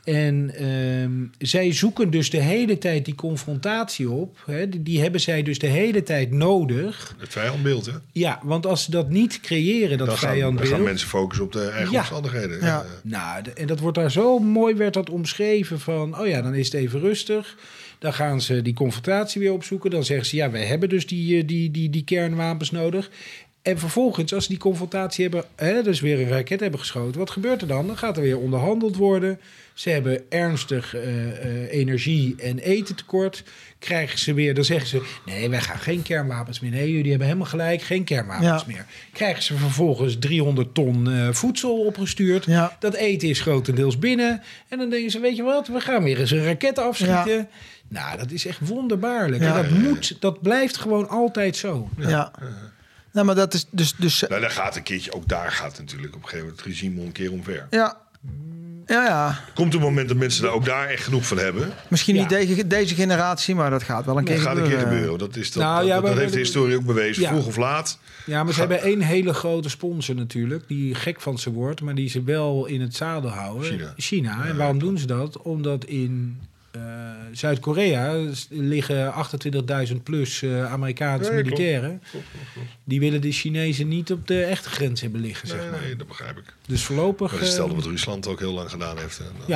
En um, zij zoeken dus de hele tijd die confrontatie op. Hè? Die, die hebben zij dus de hele tijd nodig. Het vijandbeeld, hè? Ja, want als ze dat niet creëren, dat dan gaan, vijandbeeld... Dan gaan mensen focussen op de eigen ja. omstandigheden. Ja. Ja. Nou, en dat wordt daar zo mooi, werd dat omschreven van... oh ja, dan is het even rustig. Dan gaan ze die confrontatie weer opzoeken. Dan zeggen ze, ja, wij hebben dus die, die, die, die kernwapens nodig. En vervolgens, als ze die confrontatie hebben... Hè, dus weer een raket hebben geschoten... wat gebeurt er dan? Dan gaat er weer onderhandeld worden. Ze hebben ernstig uh, uh, energie- en etentekort. Krijgen ze weer... Dan zeggen ze... nee, wij gaan geen kernwapens meer. Nee, jullie hebben helemaal gelijk. Geen kernwapens ja. meer. Krijgen ze vervolgens driehonderd ton uh, voedsel opgestuurd. Ja. Dat eten is grotendeels binnen. En dan denken ze, weet je wat? We gaan weer eens een raket afschieten... Ja. Nou, dat is echt wonderbaarlijk. Ja, en dat, ja, ja. moet, dat blijft gewoon altijd zo. Ja. ja. Nou, maar dat is dus... dus nou, daar gaat een keertje... Ook daar gaat natuurlijk op een gegeven moment het regime een keer omver. Ja. Ja, ja. Komt een moment dat mensen daar ook daar echt genoeg van hebben. Misschien ja. niet deze, deze generatie, maar dat gaat wel een keer gebeuren. Dat gaat een keer gebeuren. Dat, is dat, nou, ja, dat, dat heeft de historie ook bewezen. Ja. Vroeg of laat. Ja, maar ze Ga... hebben één hele grote sponsor natuurlijk. Die gek van ze wordt, maar die ze wel in het zadel houden. China. China. Ja, en waarom doen ze dat? Omdat in... Uh, Zuid-Korea liggen achtentwintigduizend plus uh, Amerikaanse nee, militairen. Klopt. Klopt, klopt, klopt. Die willen de Chinezen niet op de echte grens hebben liggen, nee, zeg maar. Nee, dat begrijp ik. Dus voorlopig... Maar stelde wat Rusland ook heel lang gedaan heeft. En, dat, ja.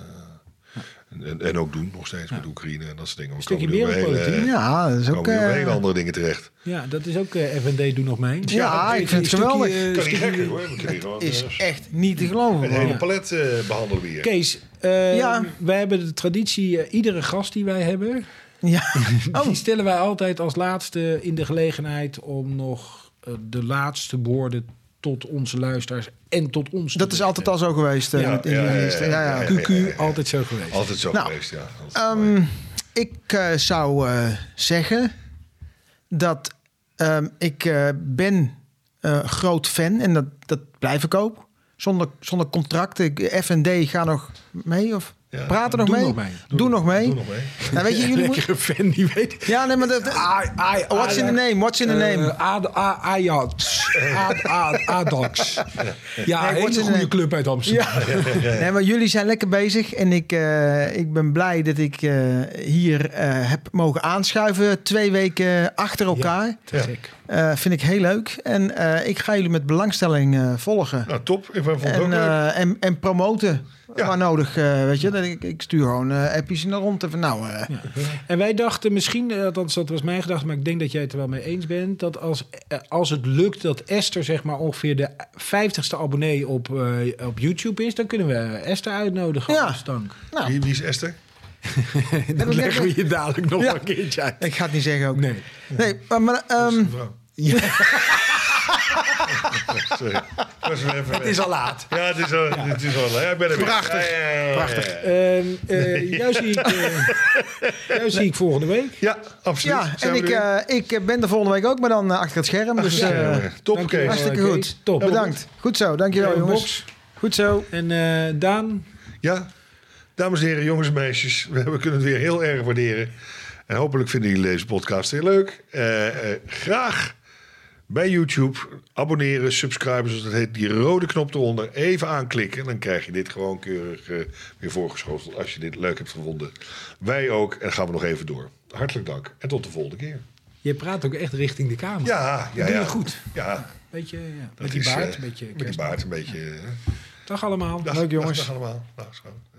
uh, en, en ook doen, nog steeds ja. met Oekraïne en dat soort dingen. Een stukje wereldpolitiek. Ja, dat is ook... komen uh, hele andere dingen terecht. Ja, dat is ook uh, F N D doe nog mee. Ja, ja ik vind het geweldig. Uh, kan niet gekker, hoor. Het is echt niet te geloven. Een hele palet uh, behandelen we hier. Kees, uh, ja. wij hebben de traditie, uh, iedere gast die wij hebben... Ja. Oh. Die stellen wij altijd als laatste in de gelegenheid... om nog uh, de laatste woorden tot onze luisteraars en tot ons. Dat is altijd al zo geweest. Uh, ja, in ja, de ja, ja, ja, ja, Q Q, ja, ja, ja. altijd zo geweest. Altijd zo nou, geweest, ja. Um, ik uh, zou uh, zeggen dat um, ik uh, ben uh, groot fan en dat, dat blijf ik ook. Zonder, zonder contract. Ik, F N D ga nog mee of... Ja, praten nog doe mee? nog mee. Doe, doe nog mee. Doe nog mee. Nou, weet je, jullie lekkere moet... fan, die weet... Ja, nee, maar dat... I, I, what's in the name? What's in the name? Uh, Ajax. Adax. Ja, nee, een hele goede club uit Amsterdam. Ja. Nee, maar jullie zijn lekker bezig. En ik, uh, ik ben blij dat ik uh, hier uh, heb mogen aanschuiven. Twee weken achter elkaar. Ja, te gek. Uh, vind ik heel leuk. En uh, ik ga jullie met belangstelling uh, volgen. Nou, top. Ik vond het en, ook leuk. Uh, en, en promoten. Ja. Maar nodig, uh, weet je. Dat ik, ik stuur gewoon uh, appjes naar rond. Even, nou, uh. ja. En wij dachten misschien, althans dat was mijn gedachte... maar ik denk dat jij het er wel mee eens bent... dat als, als het lukt dat Esther zeg maar ongeveer de vijftigste abonnee op, uh, op YouTube is... dan kunnen we Esther uitnodigen. Ja. Als dank. Nou. Wie, wie is Esther? Dan leggen we je dadelijk nog ja. een keertje uit. Ik ga het niet zeggen ook. Nee. Nee, maar... maar um, ja. Sorry. Het is al laat. Ja, het is al, ja. Het is al laat. Ja, ik ben er Prachtig. Ja, ja, ja, Prachtig. Ja, ja. Uh, uh, jou, zie ik, uh, jou zie ik volgende week. Ja, absoluut. Ja, en ik, uh, ik ben er volgende week ook, maar dan uh, achter het scherm. Ach, dus, ja, uh, ja. Top, Kees. Hartstikke Kees. goed. Top. Bedankt. Goed zo, dankjewel, ja, jongens. Box. Goed zo. En uh, Daan? Ja, dames en heren, jongens en meisjes. We kunnen het weer heel erg waarderen. En hopelijk vinden jullie deze podcast heel leuk. Uh, uh, graag bij YouTube abonneren, subscriben, zoals dat heet. Die rode knop eronder even aanklikken. En dan krijg je dit gewoon keurig uh, weer voorgeschoteld. Als je dit leuk hebt gevonden. Wij ook. En dan gaan we nog even door. Hartelijk dank. En tot de volgende keer. Je praat ook echt richting de camera. Ja, ja, doe ja. je goed. Ja. Beetje, ja. Dat Met die is, baard. Uh, Een beetje met die baard een beetje. Uh, dag allemaal. Dag, leuk jongens. Dag, dag allemaal. Dag,